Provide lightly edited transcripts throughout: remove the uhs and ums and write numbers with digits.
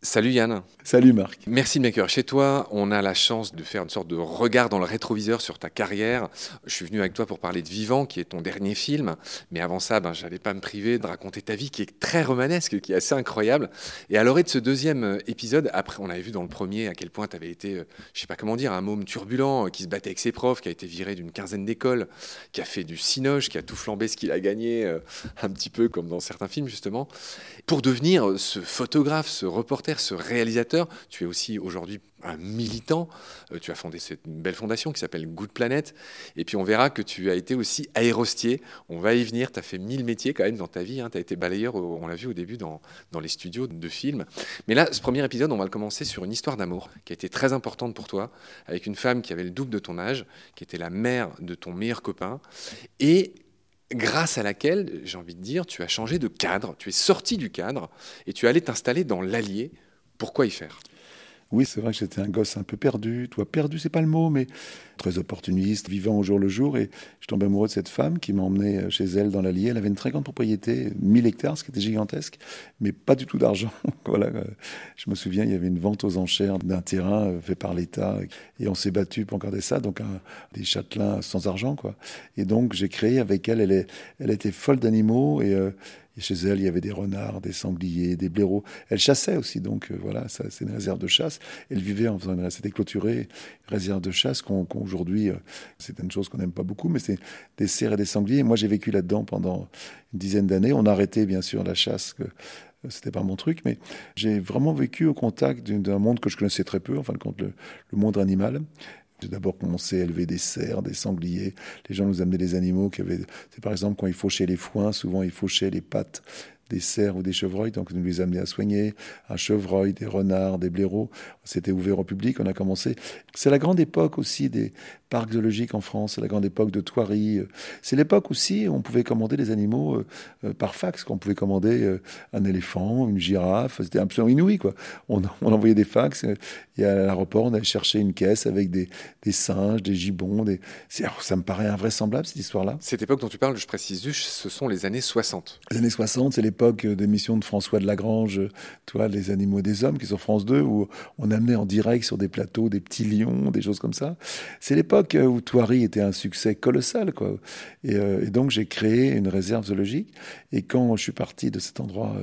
Salut Yann. Salut Marc. Merci de m'accueillir chez toi. On a la chance de faire une sorte de regard dans le rétroviseur sur ta carrière. Je suis venu avec toi pour parler de Vivant, qui est ton dernier film. Mais avant ça, je n'allais pas me priver de raconter ta vie qui est très romanesque, qui est assez incroyable. Et à l'orée de ce deuxième épisode, après, on avait vu dans le premier à quel point tu avais été, je sais pas comment dire, un môme turbulent qui se battait avec ses profs, qui a été viré d'une quinzaine d'écoles, qui a fait du cinoche, qui a tout flambé ce qu'il a gagné, un petit peu comme dans certains films justement, pour devenir ce photographe, ce reporter, ce réalisateur. Tu es aussi aujourd'hui un militant. Tu as fondé cette belle fondation qui s'appelle Good Planet. Et puis on verra que tu as été aussi aérostier. On va y venir. Tu as fait 1000 métiers quand même dans ta vie. Tu as été balayeur, on l'a vu au début, dans les studios de films. Mais là, ce premier épisode, on va le commencer sur une histoire d'amour qui a été très importante pour toi, avec une femme qui avait le double de ton âge, qui était la mère de ton meilleur copain. Et grâce à laquelle, j'ai envie de dire, tu as changé de cadre, tu es sorti du cadre et tu es allé t'installer dans l'Allier. Pourquoi y faire ? Oui, c'est vrai que j'étais un gosse un peu perdu. Toi, perdu, c'est pas le mot, mais très opportuniste, vivant au jour le jour. Et je tombais amoureux de cette femme qui m'emmenait chez elle dans l'Allier. Elle avait une très grande propriété, 1000 hectares, ce qui était gigantesque, mais pas du tout d'argent. Voilà. Je me souviens, il y avait une vente aux enchères d'un terrain fait par l'État. Et on s'est battu pour garder ça. Donc, des châtelains sans argent, quoi. Et donc, j'ai créé avec elle. Elle était folle d'animaux et chez elle, il y avait des renards, des sangliers, des blaireaux. Elle chassait aussi, donc voilà, ça, c'est une réserve de chasse. Elle vivait en faisant c'était clôturé, une réserve de chasse qu'aujourd'hui, c'est une chose qu'on n'aime pas beaucoup, mais c'est des cerfs et des sangliers. Et moi, j'ai vécu là-dedans pendant une dizaine d'années. On a arrêté, bien sûr, la chasse, c'était pas mon truc, mais j'ai vraiment vécu au contact d'un monde que je connaissais très peu, en fin de compte, le monde animal. J'ai d'abord commencé à élever des cerfs, des sangliers. Les gens nous amenaient des animaux qui avaient... C'est par exemple quand ils fauchaient les foins, souvent ils fauchaient les pattes des cerfs ou des chevreuils, donc nous les amenaient à soigner. Un chevreuil, des renards, des blaireaux. C'était ouvert au public, on a commencé. C'est la grande époque aussi des parcs zoologiques en France, c'est la grande époque de Thoiry. C'est l'époque aussi où on pouvait commander des animaux par fax, qu'on pouvait commander un éléphant, une girafe. C'était absolument inouï, quoi. On envoyait des fax et à l'aéroport, on allait chercher une caisse avec des singes, des gibbons. Alors, ça me paraît invraisemblable, cette histoire-là. Cette époque dont tu parles, je précise juste, ce sont les années 60. Les années 60, c'est l'époque d'émissions de François de Lagrange, toi, Les animaux des hommes, qui sont France 2, où on amenait en direct sur des plateaux des petits lions, des choses comme ça. C'est l'époque où Thoiry était un succès colossal, quoi. Et donc, j'ai créé une réserve zoologique. Et quand je suis parti de cet endroit...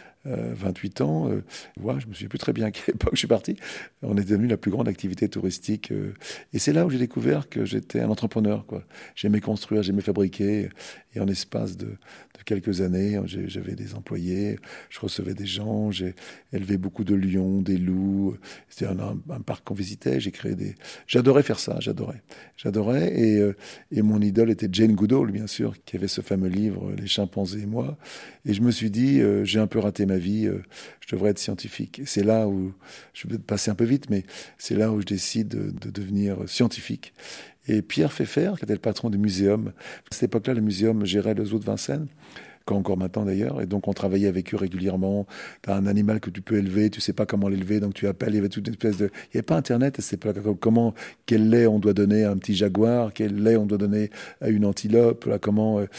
28 ans, je me souviens plus très bien à quelle époque je suis parti. On est devenu la plus grande activité touristique. Et c'est là où j'ai découvert que j'étais un entrepreneur, quoi. J'aimais construire, j'aimais fabriquer. Et en espace de quelques années, j'avais des employés, je recevais des gens, j'ai élevé beaucoup de lions, des loups. C'était un parc qu'on visitait. J'adorais faire ça, j'adorais. Et mon idole était Jane Goodall, bien sûr, qui avait ce fameux livre, Les chimpanzés et moi. Et je me suis dit, j'ai un peu raté ma vie, je devrais être scientifique. Et c'est là où, je vais passer un peu vite, mais c'est là où je décide de devenir scientifique. Et Pierre Pfeffer, qui était le patron du muséum, à cette époque-là, le muséum gérait le zoo de Vincennes, encore maintenant d'ailleurs, et donc on travaillait avec eux régulièrement. Tu as un animal que tu peux élever, tu sais pas comment l'élever, donc tu appelles, il y avait toute une espèce de... Il n'y avait pas Internet, c'est pas quel lait on doit donner à un petit jaguar, quel lait on doit donner à une antilope, là,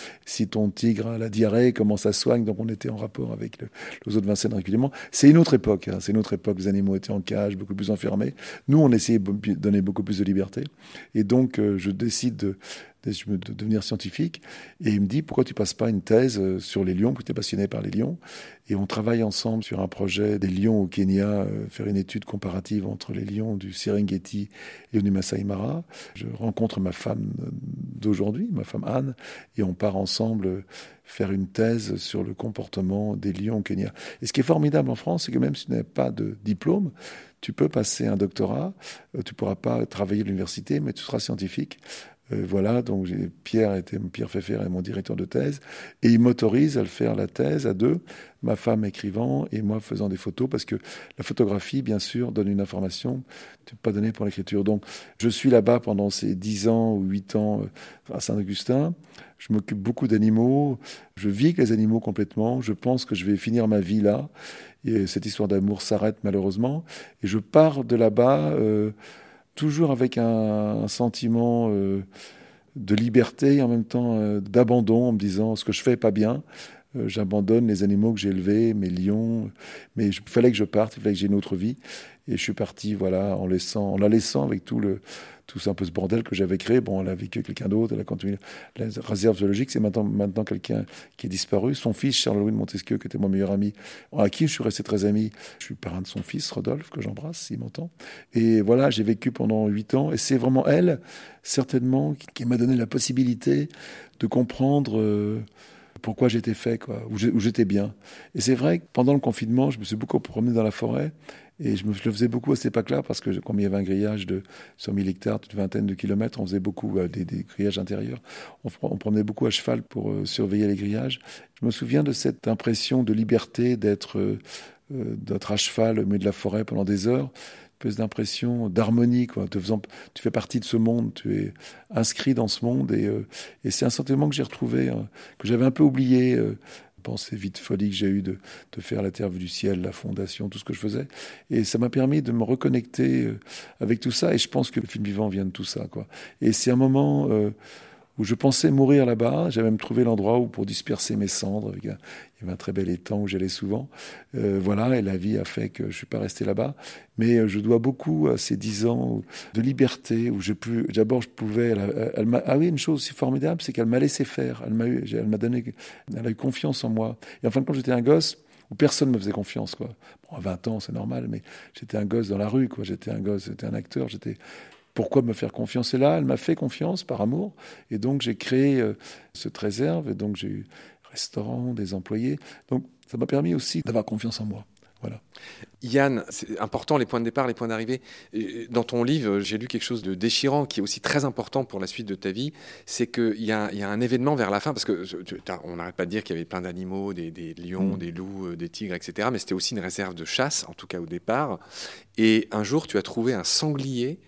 si ton tigre a la diarrhée, comment ça soigne, donc on était en rapport avec le zoo de Vincennes régulièrement. C'est une autre époque, c'est une autre époque, les animaux étaient en cage, beaucoup plus enfermés. Nous, on essayait de donner beaucoup plus de liberté, et donc je décide de devenir scientifique. Et il me dit, pourquoi tu passes pas une thèse sur les lions, que tu es passionné par les lions. Et on travaille ensemble sur un projet des lions au Kenya, faire une étude comparative entre les lions du Serengeti et du Masai Mara. Je rencontre ma femme d'aujourd'hui, ma femme Anne, et on part ensemble faire une thèse sur le comportement des lions au Kenya. Et ce qui est formidable en France, c'est que même si tu n'as pas de diplôme, tu peux passer un doctorat, tu pourras pas travailler à l'université, mais tu seras scientifique. Voilà, donc Pierre Pfeffer est mon directeur de thèse, et il m'autorise à le faire la thèse à deux, ma femme écrivant et moi faisant des photos, parce que la photographie, bien sûr, donne une information que tu ne peux pas donner pour l'écriture. Donc, je suis là-bas pendant ces 10 ans ou 8 ans à Saint-Augustin. Je m'occupe beaucoup d'animaux, je vis avec les animaux complètement, je pense que je vais finir ma vie là, et cette histoire d'amour s'arrête malheureusement, et je pars de là-bas... toujours avec un sentiment de liberté et en même temps d'abandon, en me disant ce que je fais est pas bien, j'abandonne les animaux que j'ai élevés, mes lions. Mais il fallait que je parte, il fallait que j'ai une autre vie. Et je suis parti, voilà, en la laissant avec tout un peu ce bordel que j'avais créé. Bon, elle a vécu avec quelqu'un d'autre, elle a continué. La réserve zoologique, c'est maintenant quelqu'un qui est disparu. Son fils, Charles-Louis de Montesquieu, qui était mon meilleur ami, à qui je suis resté très ami. Je suis parrain de son fils, Rodolphe, que j'embrasse, s'il m'entend. Et voilà, j'ai vécu pendant 8 ans. Et c'est vraiment elle, certainement, qui m'a donné la possibilité de comprendre pourquoi j'étais fait, quoi, où j'étais bien. Et c'est vrai que pendant le confinement, je me suis beaucoup promené dans la forêt. Et je le faisais beaucoup à cette époque-là parce que comme il y avait un grillage sur 1000 hectares, une vingtaine de kilomètres, on faisait beaucoup des grillages intérieurs. On promenait beaucoup à cheval pour surveiller les grillages. Je me souviens de cette impression de liberté d'être à cheval au milieu de la forêt pendant des heures. Une espèce d'impression d'harmonie, quoi. Tu fais partie de ce monde, tu es inscrit dans ce monde et c'est un sentiment que j'ai retrouvé, que j'avais un peu oublié. Ces vies de folie que j'ai eues de faire la Terre vue du ciel, la fondation, tout ce que je faisais. Et ça m'a permis de me reconnecter avec tout ça. Et je pense que le film vivant vient de tout ça, quoi. Et c'est un moment où je pensais mourir là-bas. J'avais même trouvé l'endroit où pour disperser mes cendres. Il y avait un très bel étang où j'allais souvent. Voilà, et la vie a fait que je ne suis pas resté là-bas. Mais je dois beaucoup à ces 10 ans de liberté où d'abord je pouvais... Ah oui, une chose aussi formidable, c'est qu'elle m'a laissé faire. Elle a eu confiance en moi. Et en fin de compte, j'étais un gosse où personne ne me faisait confiance, quoi. Bon, à 20 ans, c'est normal, mais j'étais un gosse dans la rue, quoi. J'étais un acteur, Pourquoi me faire confiance? Et là, elle m'a fait confiance par amour. Et donc, j'ai créé cette réserve. Et donc, j'ai eu un restaurant, des employés. Donc, ça m'a permis aussi d'avoir confiance en moi. Voilà. Yann, c'est important les points de départ, les points d'arrivée. Dans ton livre, j'ai lu quelque chose de déchirant qui est aussi très important pour la suite de ta vie. C'est qu'il y a un événement vers la fin, parce que on n'arrête pas de dire qu'il y avait plein d'animaux, des lions, des loups, des tigres, etc. Mais c'était aussi une réserve de chasse, en tout cas au départ. Et un jour, tu as trouvé un sanglier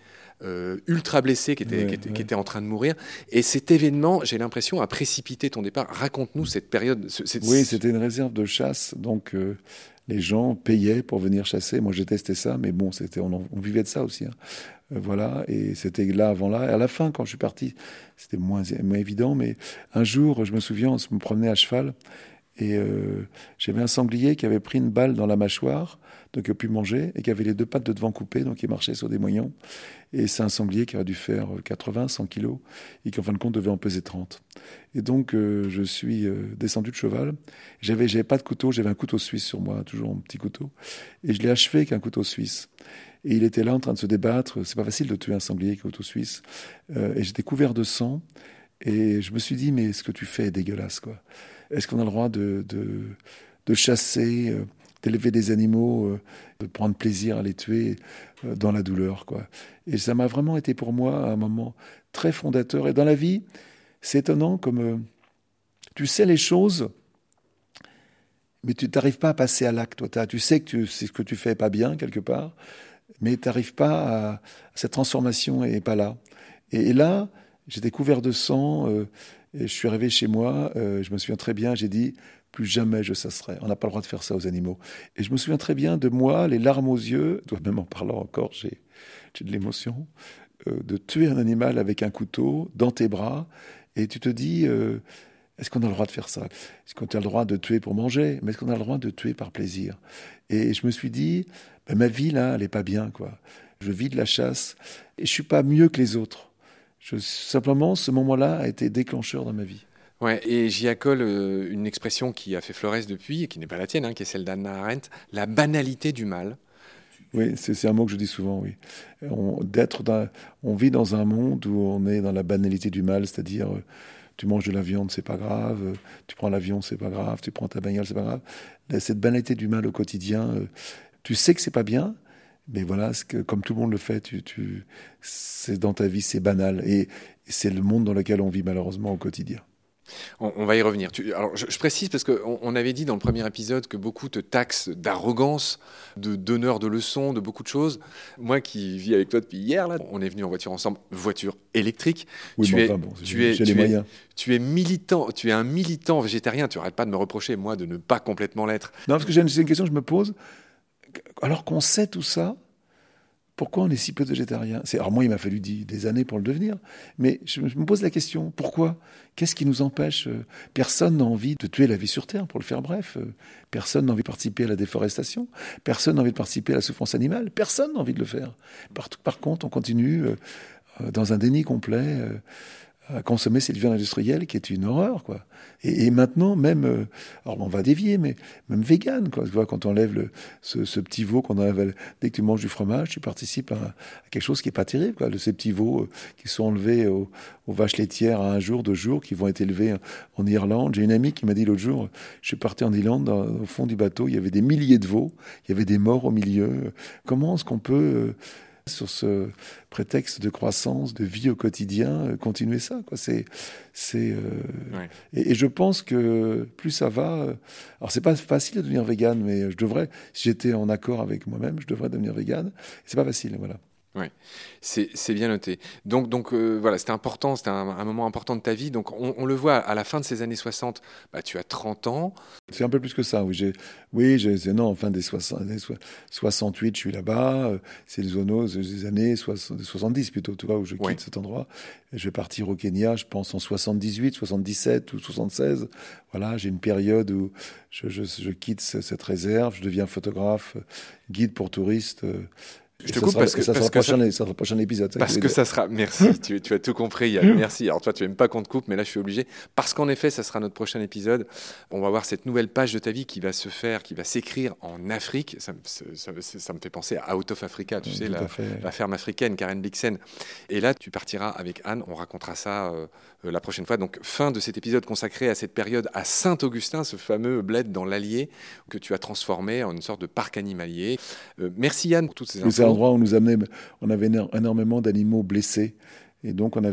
ultra blessé qui était en train de mourir. Et cet événement, j'ai l'impression, a précipité ton départ. Raconte-nous cette période. Oui, c'était une réserve de chasse. Donc, les gens payaient pour venir chasser. Moi, j'ai testé ça, mais bon, on vivait de ça aussi, hein. Voilà, et c'était là avant là. Et à la fin, quand je suis parti, c'était moins évident. Mais un jour, je me souviens, on se me promenait à cheval. Et j'avais un sanglier qui avait pris une balle dans la mâchoire, donc il a pu manger, et qui avait les 2 pattes de devant coupées, donc il marchait sur des moignons. Et c'est un sanglier qui aurait dû faire 80, 100 kilos, et qui en fin de compte devait en peser 30. Et donc je suis descendu de cheval. J'avais pas de couteau, j'avais un couteau suisse sur moi, toujours un petit couteau. Et je l'ai achevé avec un couteau suisse. Et il était là en train de se débattre. C'est pas facile de tuer un sanglier avec un couteau suisse. Et j'étais couvert de sang. Et je me suis dit, mais ce que tu fais est dégueulasse, quoi. Est-ce qu'on a le droit de chasser, d'élever des animaux, de prendre plaisir à les tuer dans la douleur, quoi. Et ça m'a vraiment été pour moi un moment très fondateur. Et dans la vie, c'est étonnant comme tu sais les choses, mais tu n'arrives pas à passer à l'acte. Tu sais que ce que tu fais pas bien quelque part, mais tu n'arrives pas à... Cette transformation n'est pas là. Et là, j'étais couvert de sang, et je suis arrivé chez moi, je me souviens très bien, j'ai dit, plus jamais je chasserai. On n'a pas le droit de faire ça aux animaux. Et je me souviens très bien de moi, les larmes aux yeux, toi-même en parlant encore, j'ai de l'émotion, de tuer un animal avec un couteau dans tes bras, et tu te dis, est-ce qu'on a le droit de faire ça? Est-ce qu'on a le droit de tuer pour manger? Mais est-ce qu'on a le droit de tuer par plaisir? Et je me suis dit, ben, ma vie là, elle est pas bien, quoi. Je vis de la chasse, et je suis pas mieux que les autres. Simplement, ce moment-là a été déclencheur dans ma vie. Ouais, et j'y accole une expression qui a fait florès depuis, et qui n'est pas la tienne, hein, qui est celle d'Hannah Arendt, la banalité du mal. Oui, c'est un mot que je dis souvent, oui. On vit dans un monde où on est dans la banalité du mal, c'est-à-dire tu manges de la viande, c'est pas grave, tu prends l'avion, c'est pas grave, tu prends ta bagnole, c'est pas grave. Cette banalité du mal au quotidien, tu sais que c'est pas bien, mais voilà, comme tout le monde le fait, c'est dans ta vie, c'est banal. Et c'est le monde dans lequel on vit malheureusement au quotidien. On va y revenir. Alors, je précise parce qu'on avait dit dans le premier épisode que beaucoup te taxent d'arrogance, de donneur de leçons, de beaucoup de choses. Moi qui vis avec toi depuis hier, là, on est venu en voiture ensemble, voiture électrique. Oui, j'ai les moyens. Tu es militant, tu es un militant végétarien. Tu n'arrêtes pas de me reprocher, moi, de ne pas complètement l'être. Non, parce que c'est une question que je me pose. Alors qu'on sait tout ça, pourquoi on est si peu de végétariens? Alors moi, il m'a fallu des années pour le devenir, mais je me pose la question, pourquoi? Qu'est-ce qui nous empêche? Personne n'a envie de tuer la vie sur Terre, pour le faire bref. Personne n'a envie de participer à la déforestation. Personne n'a envie de participer à la souffrance animale. Personne n'a envie de le faire. Par contre, on continue dans un déni complet à consommer cette viande industrielle qui est une horreur, quoi. Et maintenant, même, alors on va dévier, mais même vegan, quoi. Tu vois, quand on enlève ce petit veau qu'on enlève dès que tu manges du fromage, tu participes à quelque chose qui est pas terrible, quoi. Ces petits veaux qui sont enlevés aux vaches laitières à 1 jour, 2 jours, qui vont être élevés en Irlande. J'ai une amie qui m'a dit l'autre jour, je suis parti en Irlande, au fond du bateau, il y avait des milliers de veaux, il y avait des morts au milieu. Comment est-ce qu'on peut sur ce prétexte de croissance, de vie au quotidien, continuer ça, quoi. Ouais. Et je pense que plus ça va... alors, c'est pas facile de devenir végane, mais je devrais, si j'étais en accord avec moi-même, je devrais devenir végane. C'est pas facile, voilà. Oui, c'est bien noté. Donc voilà, c'était important, c'était un moment important de ta vie. Donc on le voit à la fin de ces années 60, tu as 30 ans. C'est un peu plus que ça, oui. En fin des 68, je suis là-bas. C'est les zoonoses des années 70 plutôt, tu vois, où je quitte cet endroit. Et je vais partir au Kenya, je pense en 78, 77 ou 76. Voilà, j'ai une période où je quitte cette réserve, je deviens photographe, guide pour touristes. Je te coupe parce que ça sera le prochain épisode. Parce que ça sera. Merci, tu as tout compris, Yann. Merci. Alors toi, tu n'aimes pas qu'on te coupe, mais là, je suis obligé. Parce qu'en effet, ça sera notre prochain épisode. On va voir cette nouvelle page de ta vie qui va s'écrire en Afrique. Ça me fait penser à Out of Africa, tu sais, la ferme africaine, Karen Blixen. Et là, tu partiras avec Anne. On racontera ça la prochaine fois. Donc, fin de cet épisode consacré à cette période à Saint-Augustin, ce fameux bled dans l'Allier que tu as transformé en une sorte de parc animalier. Merci, Yann, pour toutes ces infos. Endroit où on avait énormément d'animaux blessés. Et donc, on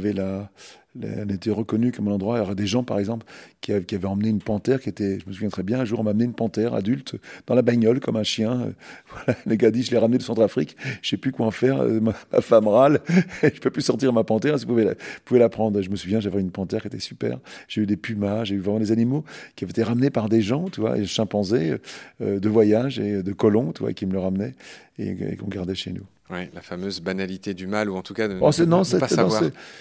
était reconnu comme un endroit. Il y aurait des gens, par exemple, qui avaient emmené une panthère je me souviens très bien, un jour, on m'a amené une panthère adulte dans la bagnole, comme un chien. Voilà, le gars dit, je l'ai ramené de Centrafrique, je sais plus quoi en faire, ma femme râle, je peux plus sortir ma panthère, si vous pouvez la prendre. Je me souviens, j'avais une panthère qui était super. J'ai eu des pumas, j'ai eu vraiment des animaux qui avaient été ramenés par des gens, tu vois, et chimpanzés de voyage et de colons, tu vois, qui me le ramenaient et qu'on gardait chez nous. Oui, la fameuse banalité du mal, ou en tout cas de ne pas savoir.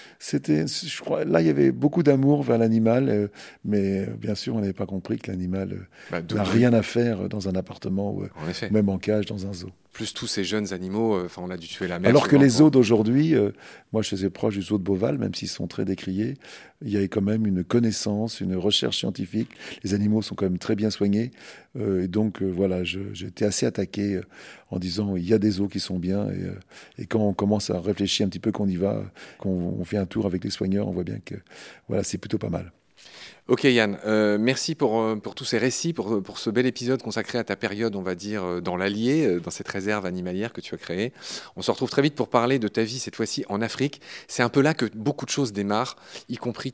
Je crois, là, il y avait beaucoup d'amour vers l'animal, mais bien sûr, on n'avait pas compris que l'animal n'a rien à faire dans un appartement ou même en cage dans un zoo. Plus tous ces jeunes animaux, on a dû tuer la mère. Alors que les zoos d'aujourd'hui, moi je faisais proche du zoo de Beauval, même s'ils sont très décriés, il y a quand même une connaissance, une recherche scientifique. Les animaux sont quand même très bien soignés. Et donc voilà, j'étais assez attaqué en disant il y a des zoos qui sont bien. Et quand on commence à réfléchir un petit peu qu'on y va, qu'on fait un tour avec les soigneurs, on voit bien que voilà, c'est plutôt pas mal. Ok Yann, merci pour tous ces récits, pour ce bel épisode consacré à ta période, on va dire, dans l'Allier, dans cette réserve animalière que tu as créée. On se retrouve très vite pour parler de ta vie, cette fois-ci en Afrique. C'est un peu là que beaucoup de choses démarrent, y compris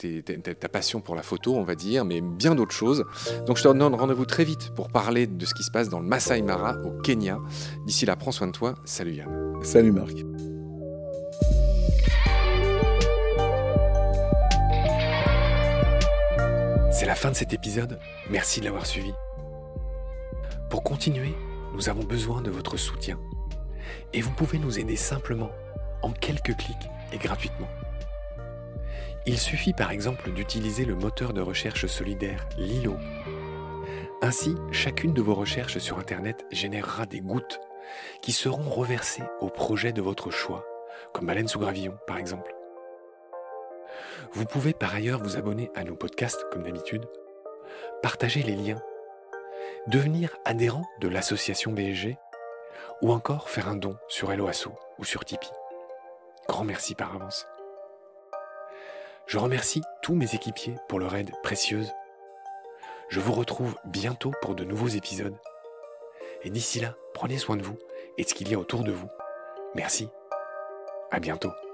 ta passion pour la photo, on va dire, mais bien d'autres choses. Donc je te donne rendez-vous très vite pour parler de ce qui se passe dans le Masai Mara, au Kenya. D'ici là, prends soin de toi. Salut Yann. Salut Marc. C'est la fin de cet épisode, merci de l'avoir suivi. Pour continuer, nous avons besoin de votre soutien. Et vous pouvez nous aider simplement, en quelques clics et gratuitement. Il suffit par exemple d'utiliser le moteur de recherche solidaire Lilo. Ainsi, chacune de vos recherches sur Internet générera des gouttes qui seront reversées au projet de votre choix, comme Baleine sous gravillon par exemple. Vous pouvez par ailleurs vous abonner à nos podcasts comme d'habitude, partager les liens, devenir adhérent de l'association BSG ou encore faire un don sur Helloasso ou sur Tipeee. Grand merci par avance. Je remercie tous mes équipiers pour leur aide précieuse. Je vous retrouve bientôt pour de nouveaux épisodes. Et d'ici là, prenez soin de vous et de ce qu'il y a autour de vous. Merci. À bientôt.